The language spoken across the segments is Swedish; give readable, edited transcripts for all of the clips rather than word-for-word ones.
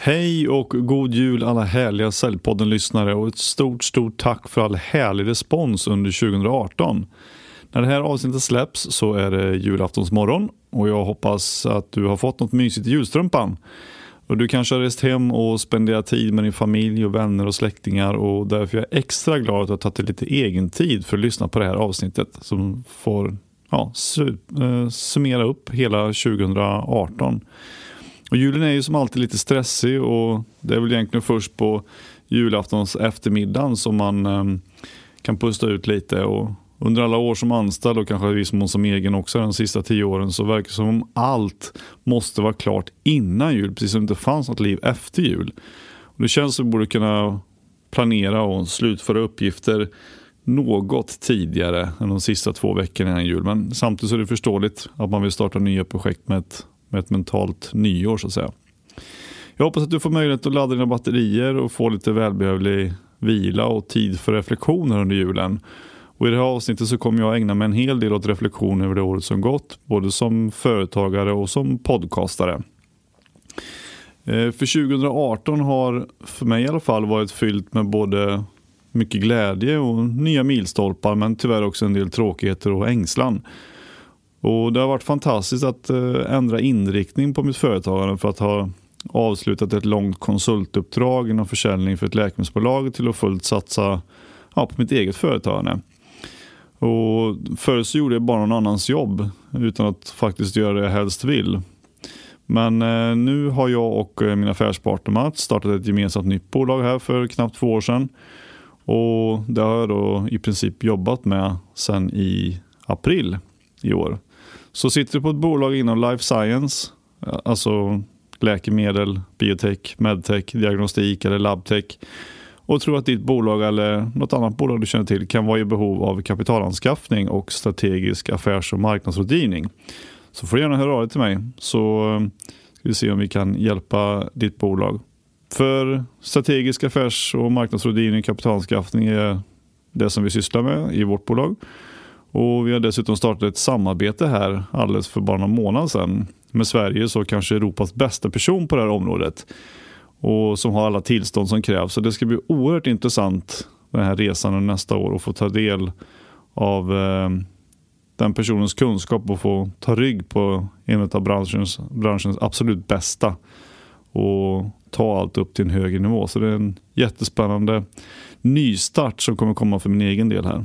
Hej och god jul alla härliga Säljpodden-lyssnare och ett stort tack för all härlig respons under 2018. När det här avsnittet släpps så är det julaftonsmorgon och jag hoppas att du har fått något mysigt i julstrumpan. Och du kanske har rest hem och spenderat tid med din familj och vänner och släktingar och därför är jag extra glad att du har tagit lite egen tid för att lyssna på det här avsnittet som får summera upp hela 2018. Och julen är ju som alltid lite stressig och det är väl egentligen först på julaftons eftermiddagen som man kan pusta ut lite. Och under alla år som anställd och kanske viss mån som egen också de sista 10 åren så verkar det som om allt måste vara klart innan jul, precis som det inte fanns något liv efter jul. Och det känns som att vi borde kunna planera och slutföra uppgifter något tidigare än de sista 2 veckorna innan jul. Men samtidigt så är det förståeligt att man vill starta nya projekt med ett mentalt nyår så att säga. Jag hoppas att du får möjlighet att ladda dina batterier och få lite välbehövlig vila och tid för reflektioner under julen. Och i det här avsnittet så kommer jag ägna mig en hel del åt reflektion över det året som gått, både som företagare och som podcastare. För 2018 har för mig i alla fall varit fyllt med både mycket glädje och nya milstolpar, men tyvärr också en del tråkigheter och ängslan. Och det har varit fantastiskt att ändra inriktning på mitt företagande för att ha avslutat ett långt konsultuppdrag inom försäljning för ett läkemedelsbolag till att fullt satsa på mitt eget företagande. Och förr så gjorde jag bara någon annans jobb utan att faktiskt göra det jag helst vill. Men nu har jag och min affärspartner Mats startat ett gemensamt nytt bolag här för knappt 2 år sedan. Och det har jag då i princip jobbat med sedan i april i år. Så sitter du på ett bolag inom life science, alltså läkemedel, biotech, medtech, diagnostik eller labtech och tror att ditt bolag eller något annat bolag du känner till kan vara i behov av kapitalanskaffning och strategisk affärs- och marknadsrådgivning. Så får du gärna höra av dig till mig så ska vi se om vi kan hjälpa ditt bolag. För strategisk affärs- och marknadsrådgivning och kapitalanskaffning är det som vi sysslar med i vårt bolag. Och vi har dessutom startat ett samarbete här alldeles för bara någon månad sedan med Sverige så kanske Europas bästa person på det här området och som har alla tillstånd som krävs. Så det ska bli oerhört intressant den här resan nästa år och få ta del av den personens kunskap och få ta rygg på en av branschens absolut bästa och ta allt upp till en högre nivå. Så det är en jättespännande nystart som kommer komma för min egen del här.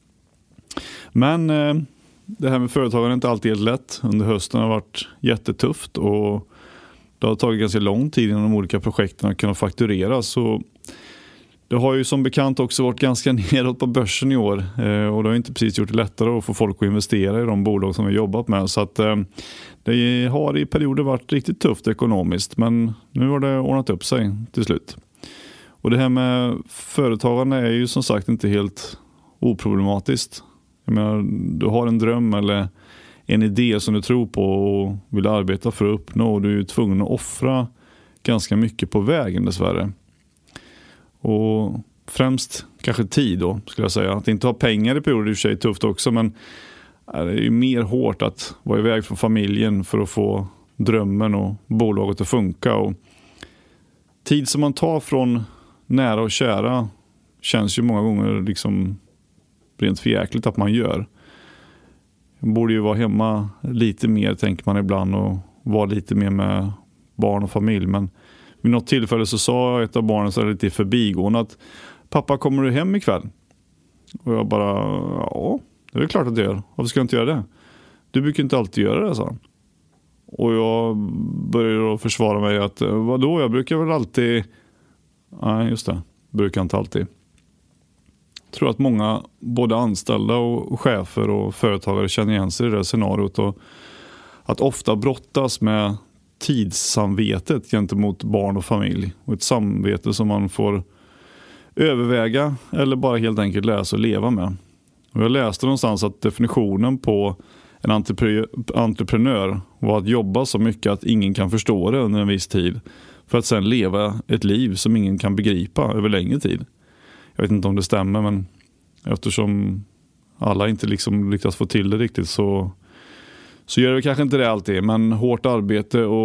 Men det här med företagande är inte alltid helt lätt. Under hösten har det varit jättetufft och det har tagit ganska lång tid innan de olika projekten har kunnat faktureras. Så det har ju som bekant också varit ganska nedåt på börsen i år och det har inte precis gjort det lättare att få folk att investera i de bolag som vi jobbat med. Så att det har i perioder varit riktigt tufft ekonomiskt, men nu har det ordnat upp sig till slut. Och det här med företagande är ju som sagt inte helt oproblematiskt. Jag menar, du har en dröm eller en idé som du tror på och vill arbeta för att uppnå och du är tvungen att offra ganska mycket på vägen dessvärre. Och främst kanske tid då skulle jag säga. Att inte ha pengar i perioder är i och för sig tufft också, men det är ju mer hårt att vara iväg från familjen för att få drömmen och bolaget att funka. Och tid som man tar från nära och kära känns ju många gånger liksom rent förjäkligt att man gör. Man borde ju vara hemma lite mer tänker man ibland och vara lite mer med barn och familj. Men vid något tillfälle så sa ett av barnen så lite i förbigående att pappa, kommer du hem ikväll? Och jag bara, ja, det är klart att jag gör. Varför ska jag inte göra det? Du brukar inte alltid göra det, sa han. Och jag började att försvara mig att vadå, jag brukar väl alltid... Nej, just det. Brukar inte alltid. Jag tror att många, både anställda och chefer och företagare känner igen sig i det här scenariot och att ofta brottas med tidssamvetet gentemot barn och familj och ett samvete som man får överväga eller bara helt enkelt läsa och leva med. Och jag läste någonstans att definitionen på en entreprenör var att jobba så mycket att ingen kan förstå det under en viss tid för att sen leva ett liv som ingen kan begripa över längre tid. Jag vet inte om det stämmer, men eftersom alla inte liksom lyckas få till det riktigt så gör det kanske inte det alltid. Men hårt arbete och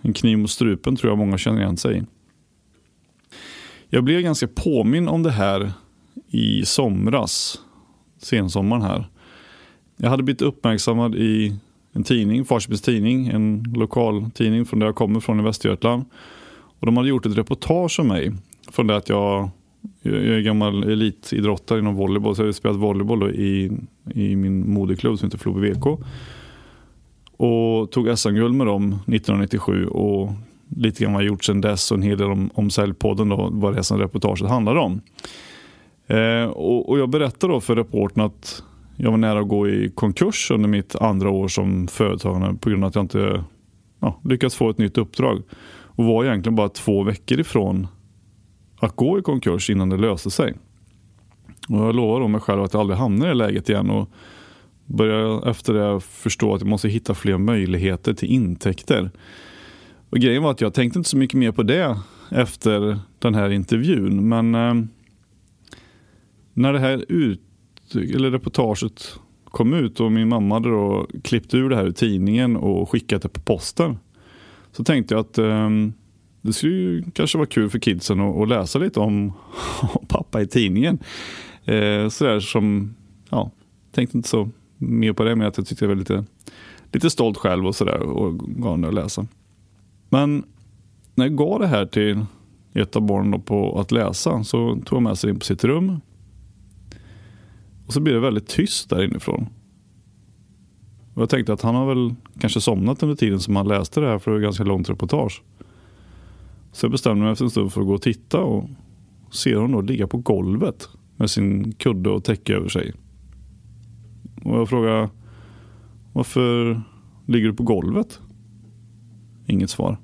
en kniv mot strupen tror jag många känner igen sig i. Jag blev ganska påminn om det här i somras, sensommaren här. Jag hade blivit uppmärksammad i en tidning, Falköpings tidning, en lokal tidning från där jag kommer från i Västergötland. Och de hade gjort ett reportage om mig från det att jag är gammal elitidrottare inom volleyboll, så jag har spelat volleyboll i min moderklubb som heter Floby VK. Och tog SM-guld med dem 1997 och lite grann har gjort sedan dess och en hel del om Säljpodden då, vad det är som reportaget handlar om. Och jag berättade då för reportern att jag var nära att gå i konkurs under mitt andra år som företagare på grund av att jag inte lyckats få ett nytt uppdrag. Och var egentligen bara 2 veckor ifrån att gå i konkurs innan det löste sig. Och jag lovar då mig själv att jag aldrig hamnar i det läget igen och börjar efter det förstå att jag måste hitta fler möjligheter till intäkter. Och grejen var att jag tänkte inte så mycket mer på det efter den här intervjun. Men när det här reportaget kom ut och min mamma hade då klippt ur det här ur tidningen och skickat det på posten, så tänkte jag att det skulle ju kanske vara kul för kidsen att läsa lite om pappa i tidningen. Sådär som, tänkte inte så mer på det, men att jag tyckte jag var lite stolt själv och sådär och gav det att läsa. Men när jag gav det här till ett av barnen på att läsa så tog jag med sig in på sitt rum. Och så blev det väldigt tyst där inifrån. Och jag tänkte att han har väl kanske somnat under tiden som han läste det här, för det var ett ganska långt reportage. Så jag bestämde mig efter en stund för att gå och titta och ser honom då ligga på golvet med sin kudde och täcke över sig. Och jag frågar: varför ligger du på golvet? Inget svar.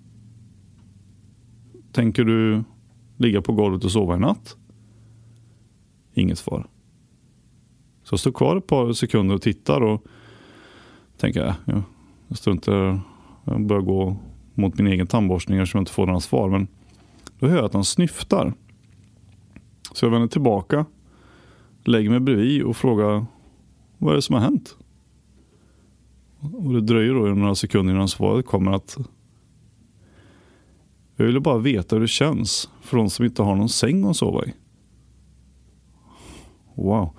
Tänker du ligga på golvet och sova i natt? Inget svar. Så jag står kvar ett par sekunder och tittar och tänker jag struntar, jag börjar gå mot min egen tandborstning så jag inte får några svar. Men då hör jag att han snyftar. Så jag vänder tillbaka, lägger mig bredvid och frågar: vad är det som har hänt? Och det dröjer då några sekunder innan svaret kommer att jag ville bara veta hur det känns för de som inte har någon säng att sova i. Wow.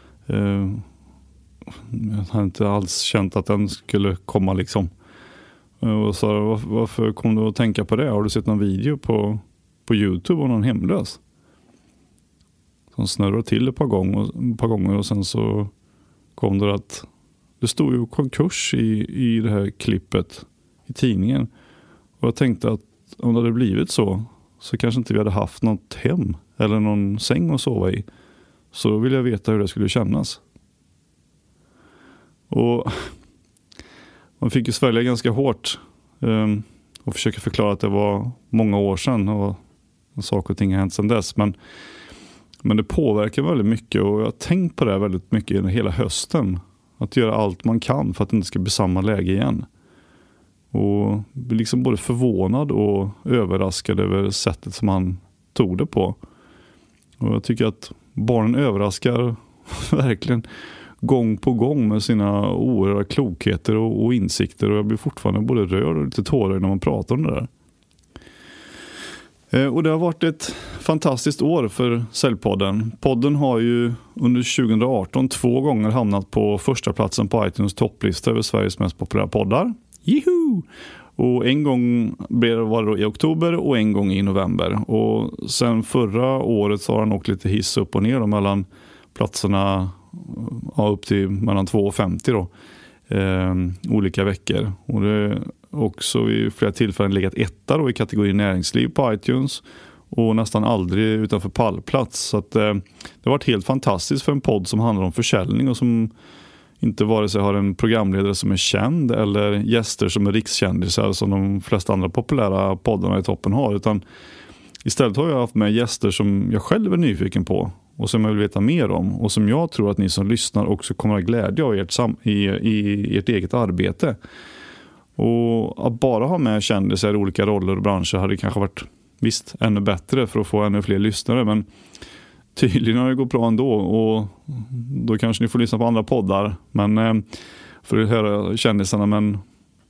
Jag har inte alls känt att den skulle komma liksom. Och så, varför kom du att tänka på det? Har du sett någon video på YouTube om någon hemlös? Som snurrade till ett par gånger och sen så kom det att det stod ju konkurs i det här klippet i tidningen. Och jag tänkte att om det hade blivit så kanske inte vi hade haft något hem eller någon säng att sova i. Så då vill jag veta hur det skulle kännas. Och man fick ju svälja ganska hårt och försöka förklara att det var många år sedan och saker och ting har hänt sedan dess. Men det påverkar väldigt mycket och jag har tänkt på det väldigt mycket hela hösten. Att göra allt man kan för att det inte ska bli samma läge igen. Och bli liksom både förvånad och överraskad över sättet som han tog det på. Och jag tycker att barnen överraskar verkligen gång på gång med sina oerhörda klokheter och insikter. Och jag blir fortfarande både rörd och lite tårögd när man pratar om det där. Och det har varit ett fantastiskt år för Säljpodden. Podden har ju under 2018 2 gånger hamnat på första platsen på iTunes topplista över Sveriges mest populära poddar. Juhu! Och en gång var det då i oktober och en gång i november. Och sen förra året så har han åkt lite hiss upp och ner då, mellan platserna upp till mellan 2 och 50 då. Olika veckor. Och det är också vid flera tillfällen legat etta då i kategorin näringsliv på iTunes. Och nästan aldrig utanför pallplats. Så att, det har varit helt fantastiskt för en podd som handlar om försäljning och som inte vare sig har en programledare som är känd eller gäster som är rikskändisar som de flesta andra populära poddarna i toppen har. Utan istället har jag haft med gäster som jag själv är nyfiken på och som jag vill veta mer om och som jag tror att ni som lyssnar också kommer att glädja av i ert eget arbete. Och att bara ha med kändisar i olika roller och branscher hade kanske varit visst ännu bättre för att få ännu fler lyssnare, men tydligen har det gått bra ändå och då kanske ni får lyssna på andra poddar men för att höra kändisarna, men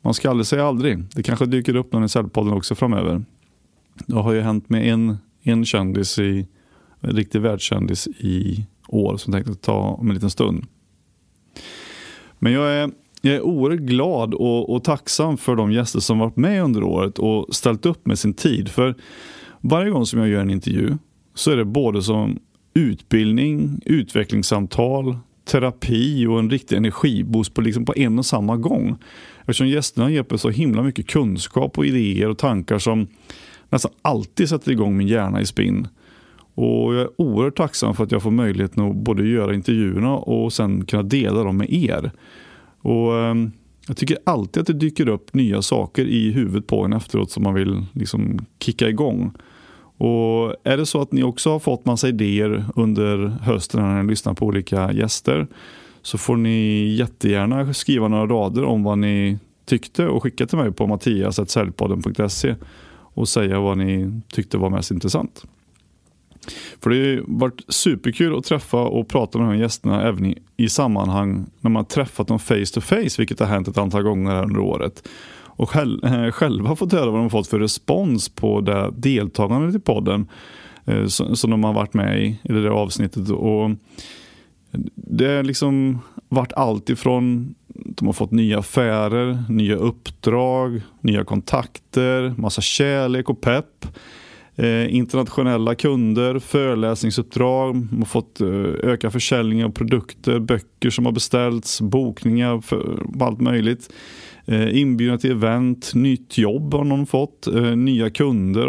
man ska aldrig säga aldrig. Det kanske dyker upp någon i Säljpodden också framöver. Det har ju hänt med en kändis, en riktig världskändis i år som tänkte ta om en liten stund. Men jag är oerhört glad och tacksam för de gäster som varit med under året och ställt upp med sin tid. För varje gång som jag gör en intervju så är det både som utbildning, utvecklingssamtal, terapi och en riktig energiboost på en och samma gång. Eftersom gästerna ger på så himla mycket kunskap och idéer och tankar som nästan alltid sätter igång min hjärna i spinn. Och jag är oerhört tacksam för att jag får möjligheten att både göra intervjuerna och sen kunna dela dem med er. Och jag tycker alltid att det dyker upp nya saker i huvudet på en efteråt som man vill liksom kicka igång. Och är det så att ni också har fått massa idéer under hösten när ni lyssnar på olika gäster, så får ni jättegärna skriva några rader om vad ni tyckte och skicka till mig på mattias@säljpodden.se och säga vad ni tyckte var mest intressant. För det har varit superkul att träffa och prata med de här gästerna även i sammanhang när man träffat dem face to face, vilket har hänt ett antal gånger under året. Och själva fått höra vad de har fått för respons på det deltagandet i podden som de har varit med i det där avsnittet. Och det har liksom varit allt ifrån de har fått nya affärer, nya uppdrag, nya kontakter, massa kärlek och pepp. Internationella kunder, föreläsningsuppdrag, de har fått öka försäljning av produkter, böcker som har beställts, bokningar för allt möjligt, inbjudna till event, nytt jobb har någon fått, nya kunder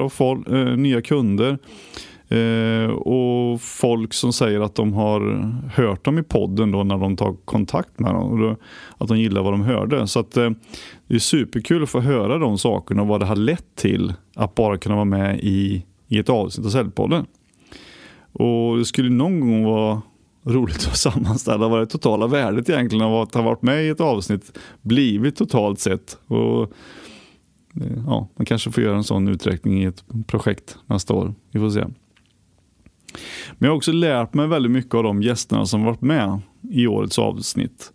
och folk som säger att de har hört dem i podden då när de tar kontakt med dem och att de gillar vad de hörde. Så att det är superkul att få höra de sakerna och vad det har lett till att bara kunna vara med i ett avsnitt av Säljpodden. Och det skulle någon gång vara roligt att sammanställa vad det totala värdet egentligen av att ha varit med i ett avsnitt blivit totalt sett. Och ja, man kanske får göra en sån uträkning i ett projekt nästa år. Vi får se. Men jag har också lärt mig väldigt mycket av de gästerna som varit med i årets avsnitt.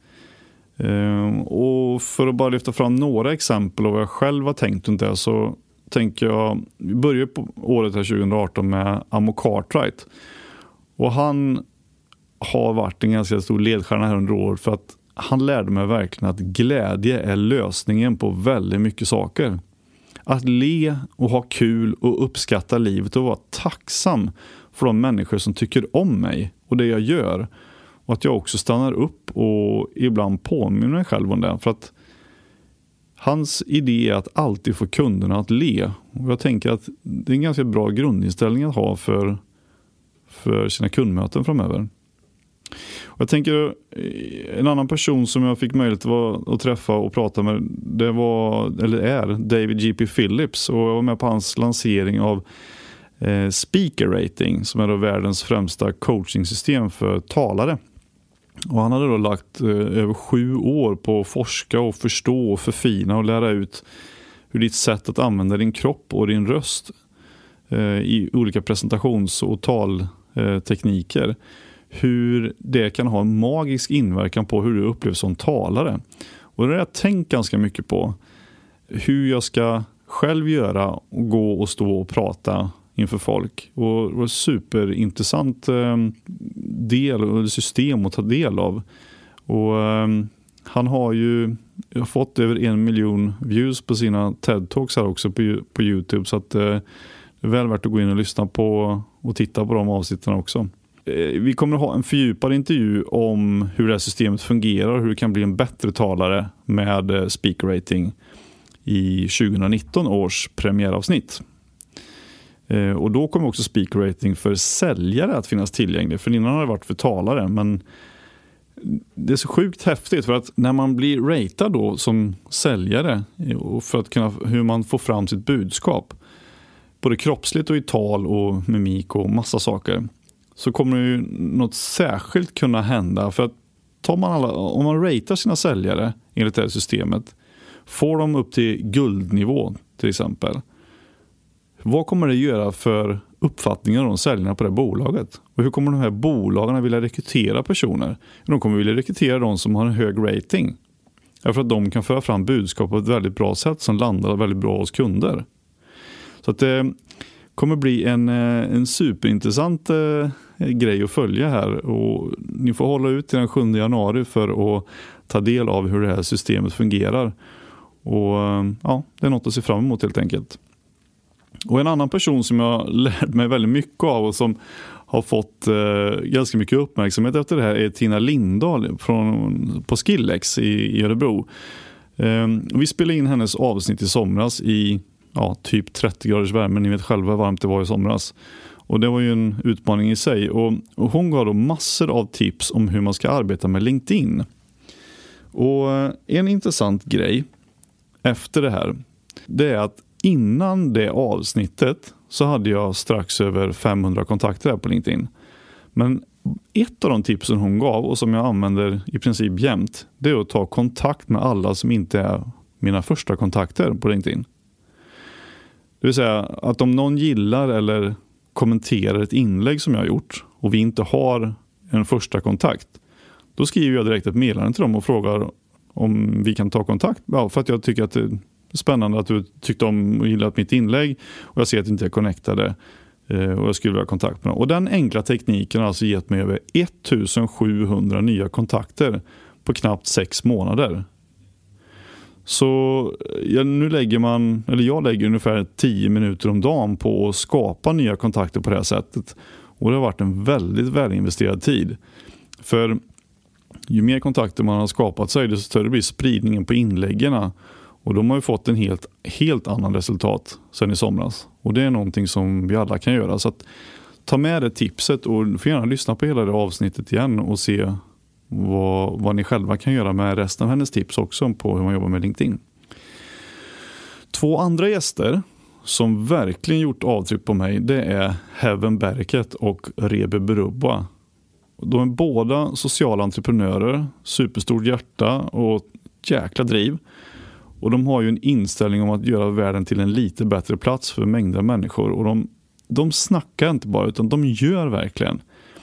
Och för att bara lyfta fram några exempel av vad jag själv har tänkt runt det, så tänker jag, vi börjar på året här 2018 med Amo Cartwright. Och han har varit en ganska stor ledstjärna här under året för att han lärde mig verkligen att glädje är lösningen på väldigt mycket saker. Att le och ha kul och uppskatta livet och vara tacksam för de människor som tycker om mig och det jag gör. Och att jag också stannar upp och ibland påminner mig själv om det. För att hans idé är att alltid få kunderna att le. Och jag tänker att det är en ganska bra grundinställning att ha för sina kundmöten framöver. Och jag tänker, en annan person som jag fick möjlighet att träffa och prata med, det är David G.P. Phillips. Och jag var med på hans lansering av Speaker Rating, som är då världens främsta coachingsystem för talare. Och han hade då lagt över 7 år på att forska och förstå och förfina och lära ut hur ditt sätt att använda din kropp och din röst i olika presentations- och taltekniker, hur det kan ha en magisk inverkan på hur du upplevs som talare. Och det har jag tänkt ganska mycket på. Hur jag ska själv göra och gå och stå och prata inför folk. Och det var ett superintressant del och system att ta del av. Och han har ju fått över 1 miljon views på sina TED-talks här också på YouTube. Så att det är väl värt att gå in och lyssna på och titta på de avsnitten också. Vi kommer att ha en fördjupad intervju om hur det här systemet fungerar och hur det kan bli en bättre talare med Speaker Rating i 2019 års premiäravsnitt. Och då kommer också Speaker Rating för säljare att finnas tillgänglig. För innan har det varit för talare. Men det är så sjukt häftigt för att när man blir ratad då som säljare och för att kunna, hur man får fram sitt budskap både kroppsligt och i tal och mimik och massa saker, så kommer ju något särskilt kunna hända. För att om man ratar sina säljare enligt det här systemet, får de upp till guldnivå till exempel, vad kommer det göra för uppfattningar om säljarna på det bolaget? Och hur kommer de här bolagen vilja rekrytera personer? De kommer vilja rekrytera de som har en hög rating. är för att de kan föra fram budskap på ett väldigt bra sätt som landar väldigt bra hos kunder. Så att det kommer bli en superintressant grej att följa här, och ni får hålla ut till den 7 januari för att ta del av hur det här systemet fungerar. Och ja, det är något att se fram emot helt enkelt. Och en annan person som jag lärt mig väldigt mycket av och som har fått ganska mycket uppmärksamhet efter det här är Tina Lindahl på Skillex i Örebro. Vi spelade in hennes avsnitt i somras i typ 30 graders värme. Ni vet själva hur varmt det var i somras. Och det var ju en utmaning i sig. Och hon gav då massor av tips om hur man ska arbeta med LinkedIn. Och en intressant grej efter det här, det är att innan det avsnittet så hade jag strax över 500 kontakter här på LinkedIn. Men ett av de tipsen hon gav och som jag använder i princip jämt, det är att ta kontakt med alla som inte är mina första kontakter på LinkedIn. Det vill säga att om någon gillar eller kommenterar ett inlägg som jag har gjort och vi inte har en första kontakt, då skriver jag direkt ett meddelande till dem och frågar om vi kan ta kontakt. Ja, för att jag tycker att det är spännande att du tyckte om och gillat mitt inlägg och jag ser att inte är connectade och jag skulle vilja ha kontakt med dem. Och den enkla tekniken har alltså gett mig över 1700 nya kontakter på knappt 6 månader. Så nu jag lägger ungefär 10 minuter om dagen på att skapa nya kontakter på det här sättet. Och det har varit en väldigt välinvesterad tid. För ju mer kontakter man har skapat sig, desto större blir spridningen på inläggen. Och de har ju fått en helt annan resultat sedan i somras. Och det är någonting som vi alla kan göra. Så att ta med det tipset och får gärna lyssna på hela det avsnittet igen och se vad ni själva kan göra med resten av hennes tips också på hur man jobbar med LinkedIn. 2 andra gäster som verkligen gjort avtryck på mig, det är Heaven Berket och Rebe Berubba. De är båda sociala entreprenörer, superstort hjärta och jäkla driv. Och de har ju en inställning om att göra världen till en lite bättre plats för mängder av människor. Och de snackar inte bara, utan de gör verkligen.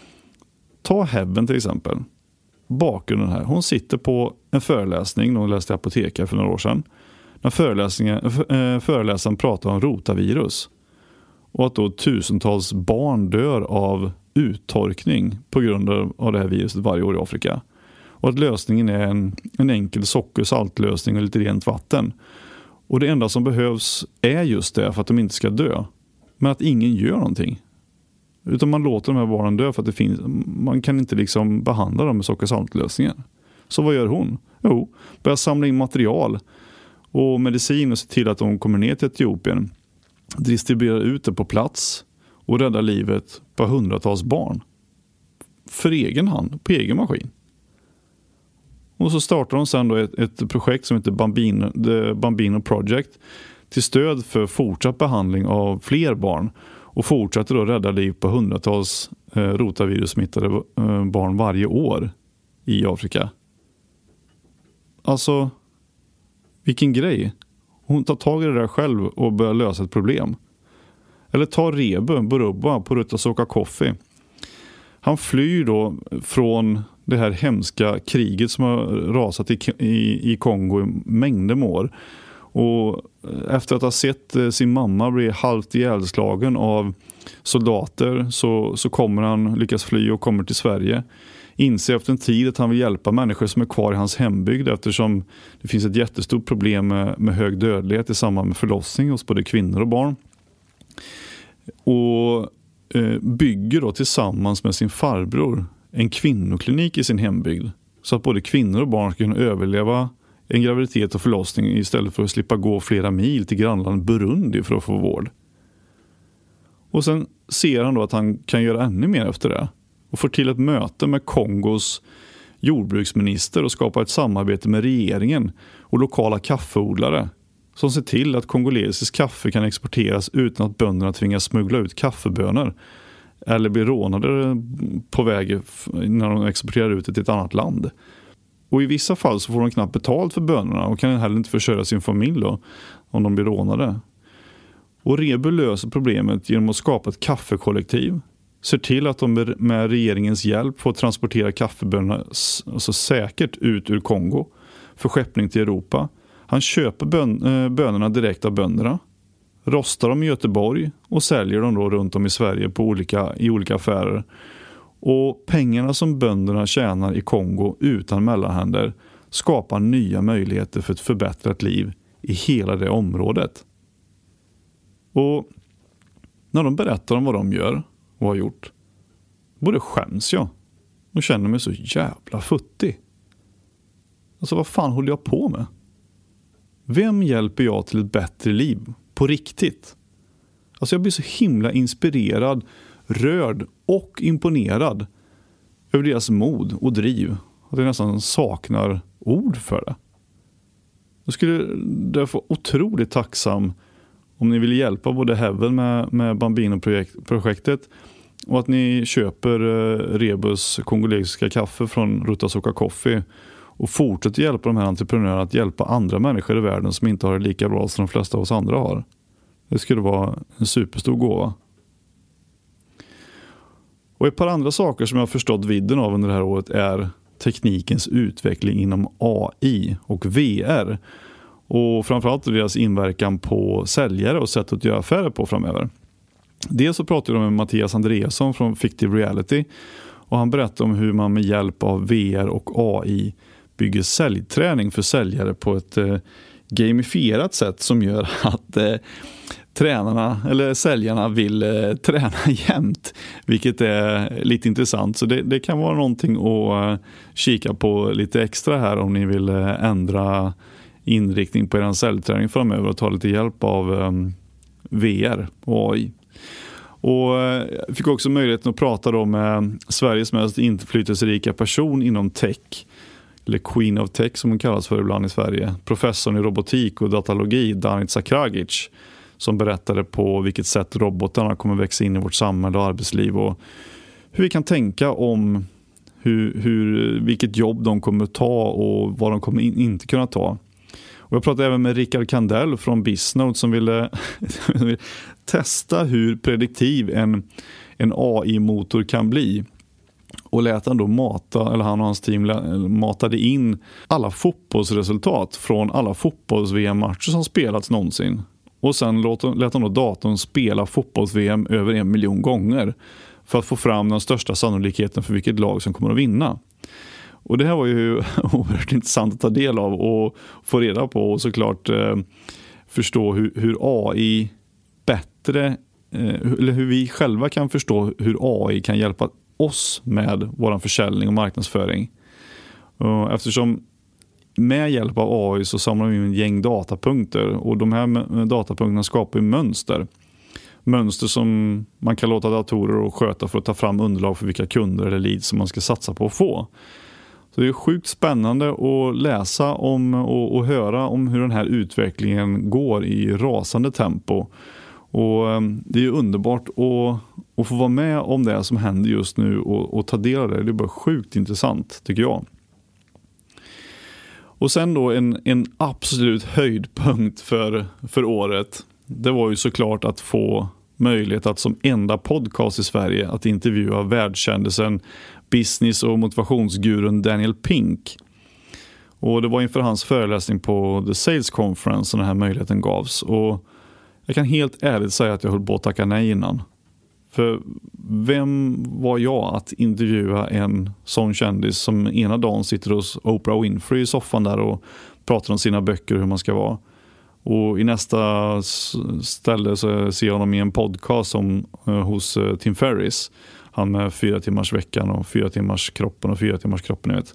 Ta Heaven till exempel. Bakgrunden här. Hon sitter på en föreläsning, hon läste apotekare för några år sedan. När föreläsaren pratar om rotavirus. Och att då tusentals barn dör av uttorkning på grund av det här viruset varje år i Afrika. Och att lösningen är en enkel saltlösning och lite rent vatten. Och det enda som behövs är just det för att de inte ska dö. Men att ingen gör någonting. Utan man låter de här barnen dö för att man kan inte liksom behandla dem med sockersaltlösningar. Så vad gör hon? Jo, börjar samla in material och medicin och se till att de kommer ner till Etiopien. Distribuerar ut det på plats och räddar livet på hundratals barn. För egen hand, på egen maskin. Och så startar de sen då ett projekt som heter Bambino Project till stöd för fortsatt behandling av fler barn och fortsätter då rädda liv på hundratals rotavirussmittade barn varje år i Afrika. Alltså, vilken grej. Hon tar tag i det där själv och börjar lösa ett problem. Eller ta Rebe Berubba på Rutasoka Coffee. Han flyr då från det här hemska kriget som har rasat i Kongo i mängder med år. Och efter att ha sett sin mamma bli halvt ihjälslagen av soldater så kommer han lyckas fly och kommer till Sverige. Inser efter en tid att han vill hjälpa människor som är kvar i hans hembygd eftersom det finns ett jättestort problem med hög dödlighet i samband med förlossning hos både kvinnor och barn. Och bygger då tillsammans med sin farbror en kvinnoklinik i sin hembygd så att både kvinnor och barn ska kunna överleva en graviditet och förlossning istället för att slippa gå flera mil till grannlandet Burundi för att få vård. Och sen ser han då att han kan göra ännu mer efter det och får till ett möte med Kongos jordbruksminister och skapa ett samarbete med regeringen och lokala kaffeodlare som ser till att kongolesisk kaffe kan exporteras utan att bönderna tvingas smuggla ut kaffebönor eller blir rånade på väg när de exporterar ut det till ett annat land. Och i vissa fall så får de knappt betalt för bönorna och kan heller inte försörja sin familj då, om de blir rånade. Och Rebe löser problemet genom att skapa ett kaffekollektiv. Ser till att de med regeringens hjälp får transportera kaffebönorna alltså säkert ut ur Kongo. för skeppning till Europa. Han köper bönorna direkt av bönderna, rostar dem i Göteborg och säljer dem då runt om i Sverige i olika affärer. Och pengarna som bönderna tjänar i Kongo utan mellanhänder skapar nya möjligheter för ett förbättrat liv i hela det området. Och när de berättar om vad de gör och har gjort, både skäms jag och känner mig så jävla futtig. Alltså vad fan håller jag på med? Vem hjälper jag till ett bättre liv? På riktigt. Alltså jag blir så himla inspirerad, rörd och imponerad över deras mod och driv. Att jag nästan saknar ord för det. Jag skulle därför vara otroligt tacksam om ni vill hjälpa både Heaven med Bambino-projektet och att ni köper Rebus kongolesiska kaffe från Rutasoka Coffee och fortsätter hjälpa de här entreprenörerna att hjälpa andra människor i världen som inte har det lika bra som de flesta av oss andra har. Det skulle vara en superstor gåva. Och ett par andra saker som jag har förstått vidden av under det här året är teknikens utveckling inom AI och VR. Och framförallt deras inverkan på säljare och sätt att göra affärer på framöver. Dels så pratar de med Mattias Andreasson från Fictive Reality och han berättar om hur man med hjälp av VR och AI bygger säljträning för säljare på ett gamifierat sätt som gör att tränarna eller säljarna vill träna jämt, vilket är lite intressant. Så det kan vara någonting att kika på lite extra här om ni vill ändra inriktning på er säljträning framöver och ta lite hjälp av VR och AI. Och jag fick också möjligheten att prata då med Sveriges mest inflytelserika person inom tech, eller Queen of Tech som hon kallas för ibland i Sverige, professorn i robotik och datalogi Danit Sakragic, som berättade på vilket sätt robotarna kommer växa in i vårt samhälle och arbetsliv och hur vi kan tänka om vilket jobb de kommer att ta och vad de kommer inte kunna ta. Och jag pratade även med Rickard Kandell från Bisnode som ville testa hur prediktiv en AI-motor kan bli. Och lät han då han och hans team matade in alla fotbollsresultat från alla fotbolls-VM-matcher som spelats någonsin. Och sen lät han då datorn spela fotbolls-VM över 1 miljon gånger för att få fram den största sannolikheten för vilket lag som kommer att vinna. Och det här var ju oerhört intressant att ta del av och få reda på och såklart förstå hur AI bättre, eller hur vi själva kan förstå hur AI kan hjälpa oss med vår försäljning och marknadsföring. Eftersom med hjälp av AI så samlar vi en gäng datapunkter och de här datapunkterna skapar mönster. Mönster som man kan låta datorer och sköta för att ta fram underlag för vilka kunder eller leads som man ska satsa på att få. Så det är sjukt spännande att läsa om och höra om hur den här utvecklingen går i rasande tempo. Och det är underbart att få vara med om det som händer just nu och ta del av det. Det är bara sjukt intressant tycker jag. Och sen då en absolut höjdpunkt för året. Det var ju såklart att få möjlighet att som enda podcast i Sverige att intervjua världskändisen business- och motivationsgurun Daniel Pink. Och det var inför hans föreläsning på The Sales Conference som den här möjligheten gavs. Och jag kan helt ärligt säga att jag höll på att tacka nej innan. För vem var jag att intervjua en sån kändis som ena dagen sitter hos Oprah Winfrey i soffan där och pratar om sina böcker och hur man ska vara. Och i nästa ställe så ser jag honom i en podcast hos Tim Ferriss. Han med 4 timmars veckan och 4 timmars kroppen och 4 timmars kroppen, vet.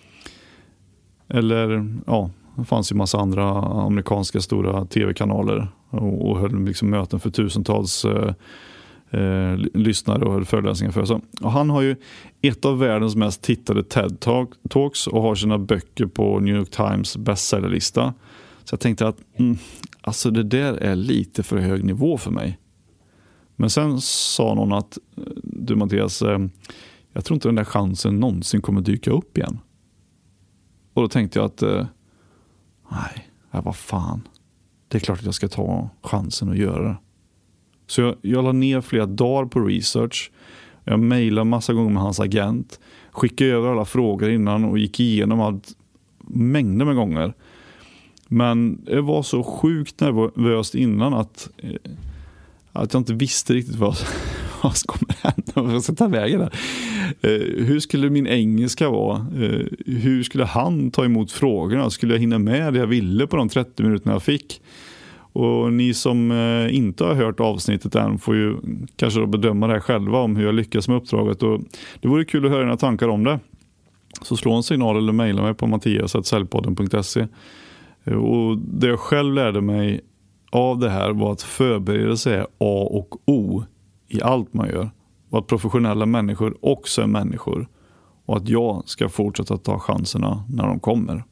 Eller ja, det fanns ju massa andra amerikanska stora tv-kanaler och höll liksom möten för tusentals lyssnare och höll föreläsningar för. Så, och han har ju ett av världens mest tittade TED-talks och har sina böcker på New York Times bestsellerlista. Så jag tänkte att alltså det där är lite för hög nivå för mig. Men sen sa någon att du Mattias, jag tror inte den där chansen någonsin kommer dyka upp igen. Och då tänkte jag att nej, vad fan. Det är klart att jag ska ta chansen att göra det. Så jag la ner flera dagar på research. Jag mejlade massa gånger med hans agent. Skickade över alla frågor innan och gick igenom allt mängder med gånger. Men det var så sjukt nervöst innan att jag inte visste riktigt vad som kommer hända. Vad ska ta vägen där? Hur skulle min engelska vara? Hur skulle han ta emot frågorna? Skulle jag hinna med det jag ville på de 30 minuterna jag fick? Och ni som inte har hört avsnittet än får ju kanske då bedöma det här själva om hur jag lyckas med uppdraget. Och det vore kul att höra dina tankar om det. Så slå en signal eller mejla mig på mattias@säljpodden.se. Och det jag själv lärde mig av det här var att förberedelse är A och O i allt man gör. Och att professionella människor också är människor. Och att jag ska fortsätta ta chanserna när de kommer.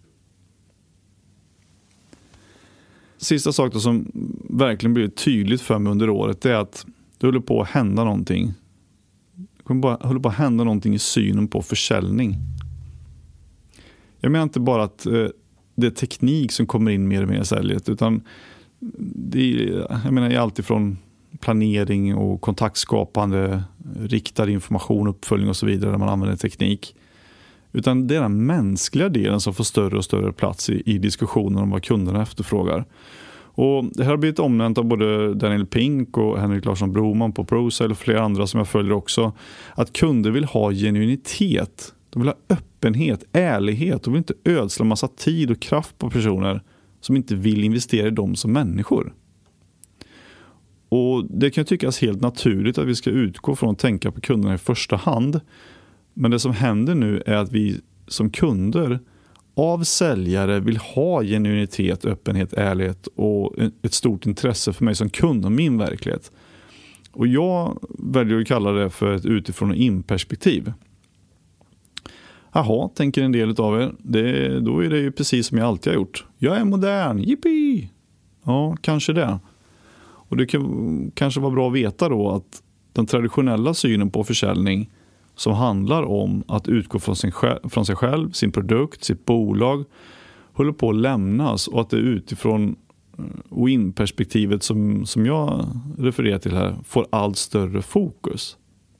Sista saken som verkligen blir tydligt för mig under året är att det håller på att hända någonting. Det håller på att hända någonting i synen på försäljning. Jag menar inte bara att det är teknik som kommer in mer och mer i säljet, utan jag menar allt ifrån planering och kontaktskapande, riktad information, uppföljning och så vidare där man använder teknik. Utan det är den mänskliga delen som får större och större plats i diskussionen om vad kunderna efterfrågar. Och det här har blivit omnämnt av både Daniel Pink och Henrik Larsson Broman på ProSale och flera andra som jag följer också. Att kunder vill ha genuinitet. De vill ha öppenhet, ärlighet och vill inte ödsla massa tid och kraft på personer som inte vill investera i dem som människor. Och det kan tyckas helt naturligt att vi ska utgå från att tänka på kunderna i första hand. Men det som händer nu är att vi som kunder av säljare vill ha genuinitet, öppenhet, ärlighet och ett stort intresse för mig som kund och min verklighet. Och jag väljer att kalla det för ett utifrån och in-perspektiv. Jaha, tänker en del av er. Då är det ju precis som jag alltid har gjort. Jag är modern, yippie! Ja, kanske det. Och det kan kanske vara bra att veta då att den traditionella synen på försäljning som handlar om att utgå från sig själv, sin produkt, sitt bolag håller på att lämnas och att det utifrån och in-perspektivet som jag refererar till här får allt större fokus.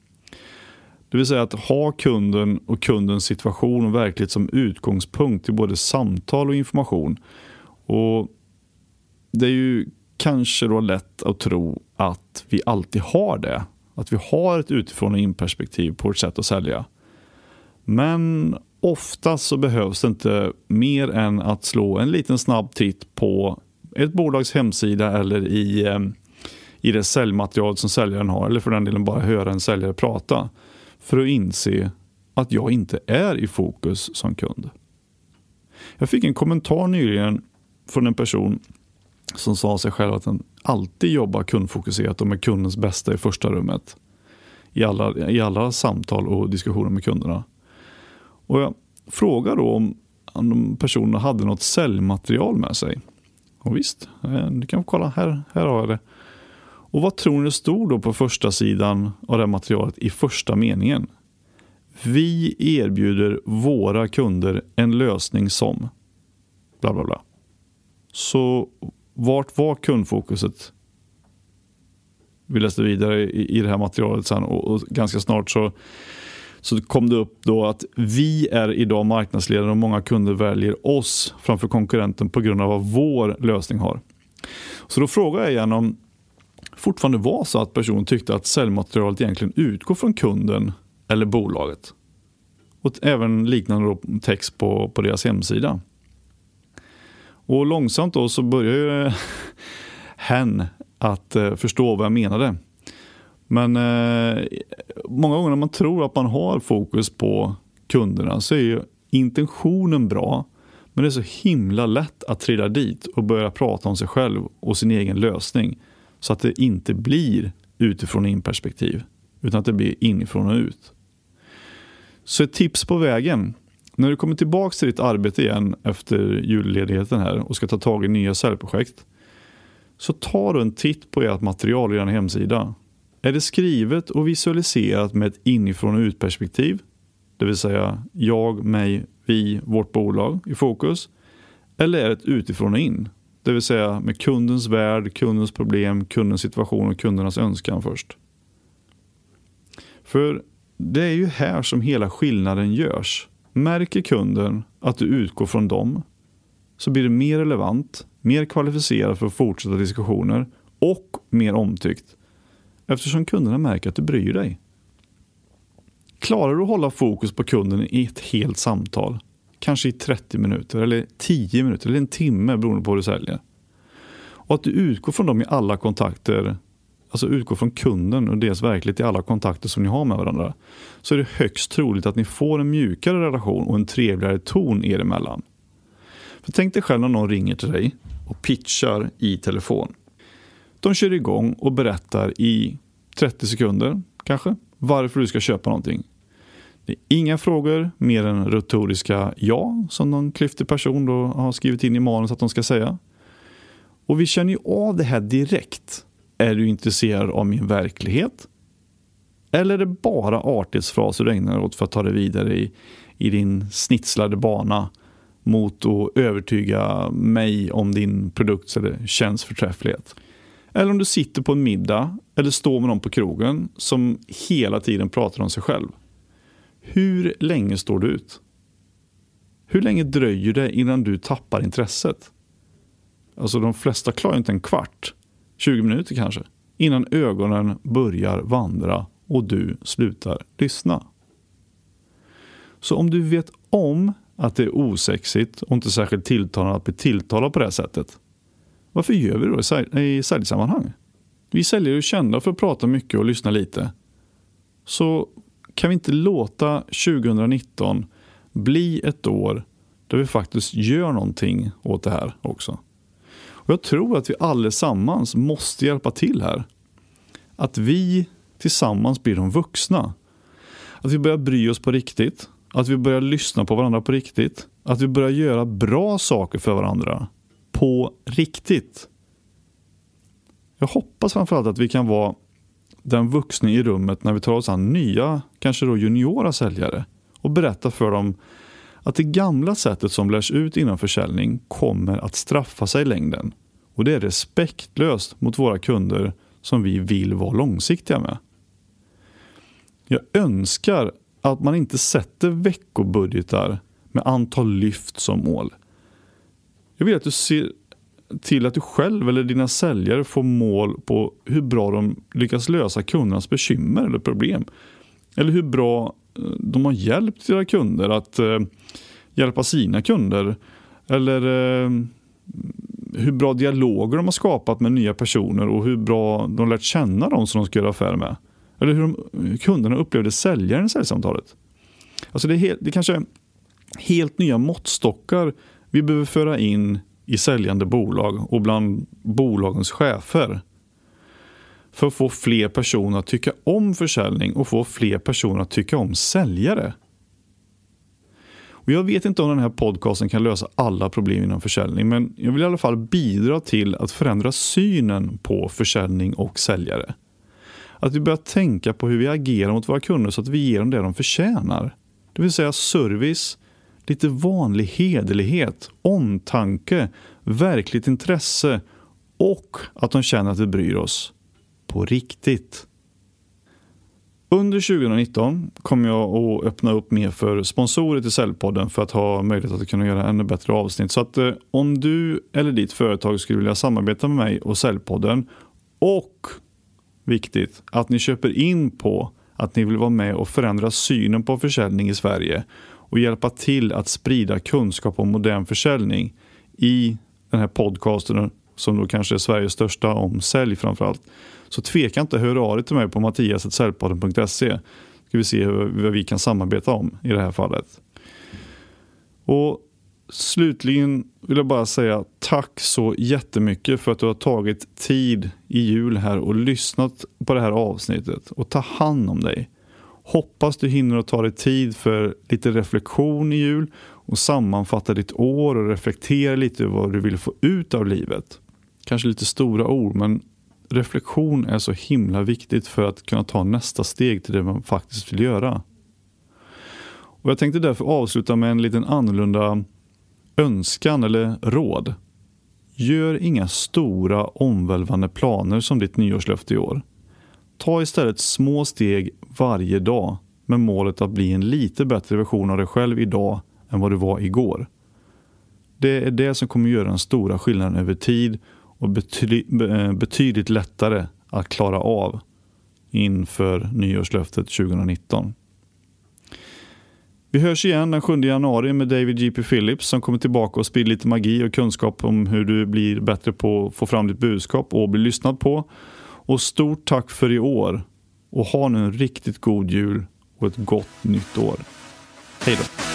Det vill säga att ha kunden och kundens situation och verklighet som utgångspunkt i både samtal och information. Och det är ju kanske då lätt att tro att vi alltid har det. Att vi har ett utifrån och in-perspektiv på ett sätt att sälja. Men ofta så behövs det inte mer än att slå en liten snabb titt på ett bolags hemsida eller i det säljmaterial som säljaren har. Eller för den delen bara höra en säljare prata. För att inse att jag inte är i fokus som kund. Jag fick en kommentar nyligen från en person som sa sig själv att den alltid jobbar kundfokuserat och med kundens bästa i första rummet. I alla samtal och diskussioner med kunderna. Och jag frågade då om de personerna hade något säljmaterial med sig. Och visst, du kan kolla, här har jag det. Och vad tror ni stod då på första sidan av det materialet i första meningen? Vi erbjuder våra kunder en lösning som bla bla bla. Så vart var kundfokuset? Vi läste vidare i det här materialet sen och ganska snart så kom det upp då att vi är idag marknadsledare och många kunder väljer oss framför konkurrenten på grund av vad vår lösning har. Så då frågar jag igen om fortfarande var så att personen tyckte att säljmaterialet egentligen utgår från kunden eller bolaget. Och även liknande text på deras hemsida. Och långsamt då så börjar ju hen att förstå vad jag menade. Men många gånger när man tror att man har fokus på kunderna så är ju intentionen bra. Men det är så himla lätt att trilla dit och börja prata om sig själv och sin egen lösning. Så att det inte blir utifrån in perspektiv utan att det blir inifrån och ut. Så ett tips på vägen. När du kommer tillbaka till ditt arbete igen efter julledigheten här och ska ta tag i nya säljprojekt så tar du en titt på ert material i din hemsida. Är det skrivet och visualiserat med ett inifrån och ut perspektiv? Det vill säga jag, mig, vi, vårt bolag i fokus. Eller är det ett utifrån och in? Det vill säga med kundens värld, kundens problem, kundens situation och kundernas önskan först. För det är ju här som hela skillnaden görs Märker kunden att du utgår från dem, så blir det mer relevant, mer kvalificerat för att fortsätta diskussioner och mer omtyckt, eftersom kunderna märker att du bryr dig. Klarar du att hålla fokus på kunden i ett helt samtal, kanske i 30 minuter eller 10 minuter eller en timme beroende på vad du säljer, och att du utgår från dem i alla kontakter, alltså utgår från kunden och deras verklighet i alla kontakter som ni har med varandra, så är det högst troligt att ni får en mjukare relation och en trevligare ton er emellan. För tänk dig själv när någon ringer till dig och pitchar i telefon. De kör igång och berättar i 30 sekunder kanske varför du ska köpa någonting. Det är inga frågor mer än retoriska ja som någon klyftig person då har skrivit in i manus att de ska säga. Och vi känner ju av det här direkt. Är du intresserad av min verklighet? Eller är det bara artighetsfraser du ägnar åt för att ta det vidare i din snitslade bana mot att övertyga mig om din produkts eller tjänsts förträfflighet? Eller om du sitter på en middag eller står med någon på krogen som hela tiden pratar om sig själv. Hur länge står du ut? Hur länge dröjer det innan du tappar intresset? Alltså de flesta klarar inte en kvart, 20 minuter kanske, innan ögonen börjar vandra och du slutar lyssna. Så om du vet om att det är osexigt och inte särskilt tilltalande att bli tilltalad på det här sättet, varför gör vi det då i säljsammanhang? Vi säljer ju kända för att prata mycket och lyssna lite. Så kan vi inte låta 2019 bli ett år där vi faktiskt gör någonting åt det här också? Och jag tror att vi allesammans måste hjälpa till här. Att vi tillsammans blir de vuxna. Att vi börjar bry oss på riktigt. Att vi börjar lyssna på varandra på riktigt. Att vi börjar göra bra saker för varandra på riktigt. Jag hoppas framförallt att vi kan vara den vuxna i rummet när vi tar oss an nya, kanske då juniora säljare, och berätta för dem att det gamla sättet som lärs ut inom försäljning kommer att straffa sig i längden. Och det är respektlöst mot våra kunder som vi vill vara långsiktiga med. Jag önskar att man inte sätter veckobudgetar med antal lyft som mål. Jag vill att du ser till att du själv eller dina säljare får mål på hur bra de lyckas lösa kundernas bekymmer eller problem. Eller hur bra de har hjälpt sina kunder att hjälpa sina kunder. Eller hur bra dialoger de har skapat med nya personer och hur bra de har lärt känna dem som de ska göra affär med. Eller hur kunderna upplevde säljaren i säljsamtalet. Alltså det är kanske helt nya måttstockar vi behöver föra in i säljande bolag och bland bolagens chefer för att få fler personer att tycka om försäljning och få fler personer att tycka om säljare. Och jag vet inte om den här podcasten kan lösa alla problem inom försäljning, men jag vill i alla fall bidra till att förändra synen på försäljning och säljare. Att vi börjar tänka på hur vi agerar mot våra kunder så att vi ger dem det de förtjänar. Det vill säga service, lite vanlig hederlighet, omtanke, verkligt intresse och att de känner att vi bryr oss på riktigt. Under 2019 kommer jag att öppna upp mer för sponsorer till Säljpodden för att ha möjlighet att kunna göra ännu bättre avsnitt. Så att om du eller ditt företag skulle vilja samarbeta med mig och Säljpodden, och viktigt att ni köper in på att ni vill vara med och förändra synen på försäljning i Sverige och hjälpa till att sprida kunskap om modern försäljning i den här podcasten som då kanske är Sveriges största om sälj framförallt, så tveka inte att höra av dig till mig på mattias@säljpodden.se. Ska vi se vad vi kan samarbeta om i det här fallet. Och slutligen vill jag bara säga tack så jättemycket för att du har tagit tid i jul här och lyssnat på det här avsnittet, och ta hand om dig. Hoppas du hinner att ta dig tid för lite reflektion i jul och sammanfatta ditt år och reflektera lite över vad du vill få ut av livet. Kanske lite stora ord, men reflektion är så himla viktigt för att kunna ta nästa steg till det man faktiskt vill göra. Och jag tänkte därför avsluta med en liten annorlunda önskan eller råd. Gör inga stora omvälvande planer som ditt nyårslöfte i år. Ta istället små steg varje dag med målet att bli en lite bättre version av dig själv idag än vad du var igår. Det är det som kommer göra den stora skillnaden över tid och betydligt lättare att klara av inför nyårslöftet 2019. Vi hörs igen den 7 januari med David J.P. Phillips som kommer tillbaka och sprider lite magi och kunskap om hur du blir bättre på att få fram ditt budskap och bli lyssnad på. Och stort tack för i år och ha nu en riktigt god jul och ett gott nytt år. Hej då!